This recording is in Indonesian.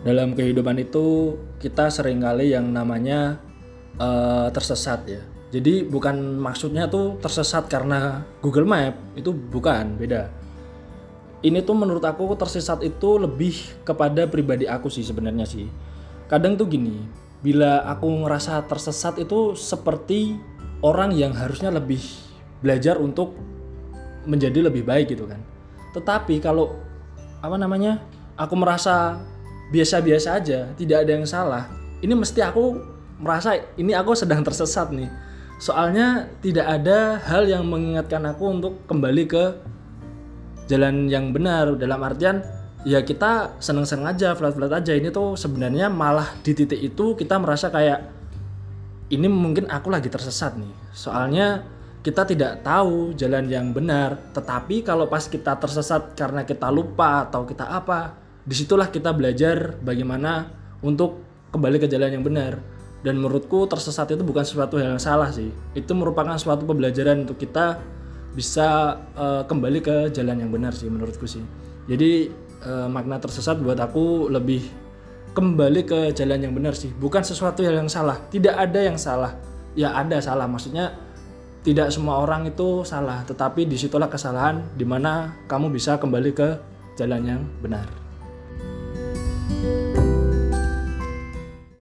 Dalam kehidupan itu kita seringkali yang namanya tersesat ya. Jadi bukan maksudnya tuh tersesat karena Google Map, itu bukan, beda. Ini tuh menurut aku tersesat itu lebih kepada pribadi aku sih sebenarnya sih. Kadang tuh gini, bila aku ngerasa tersesat itu seperti orang yang harusnya lebih belajar untuk menjadi lebih baik gitu kan. Tetapi kalau aku merasa biasa-biasa aja, tidak ada yang salah, ini mesti aku merasa ini aku sedang tersesat nih. Soalnya tidak ada hal yang mengingatkan aku untuk kembali ke jalan yang benar. Dalam artian ya kita seneng-seneng aja, flat-flat aja. Ini tuh sebenarnya malah di titik itu kita merasa kayak ini mungkin aku lagi tersesat nih. Soalnya kita tidak tahu jalan yang benar. Tetapi kalau pas kita tersesat karena kita lupa atau kita apa, disitulah kita belajar bagaimana untuk kembali ke jalan yang benar. Dan menurutku tersesat itu bukan sesuatu hal yang salah sih. Itu merupakan suatu pembelajaran untuk kita bisa kembali ke jalan yang benar sih menurutku sih. Jadi makna tersesat buat aku lebih kembali ke jalan yang benar sih, bukan sesuatu hal yang salah. Tidak ada yang salah, ya ada salah, maksudnya tidak semua orang itu salah, tetapi disitulah kesalahan dimana kamu bisa kembali ke jalan yang benar.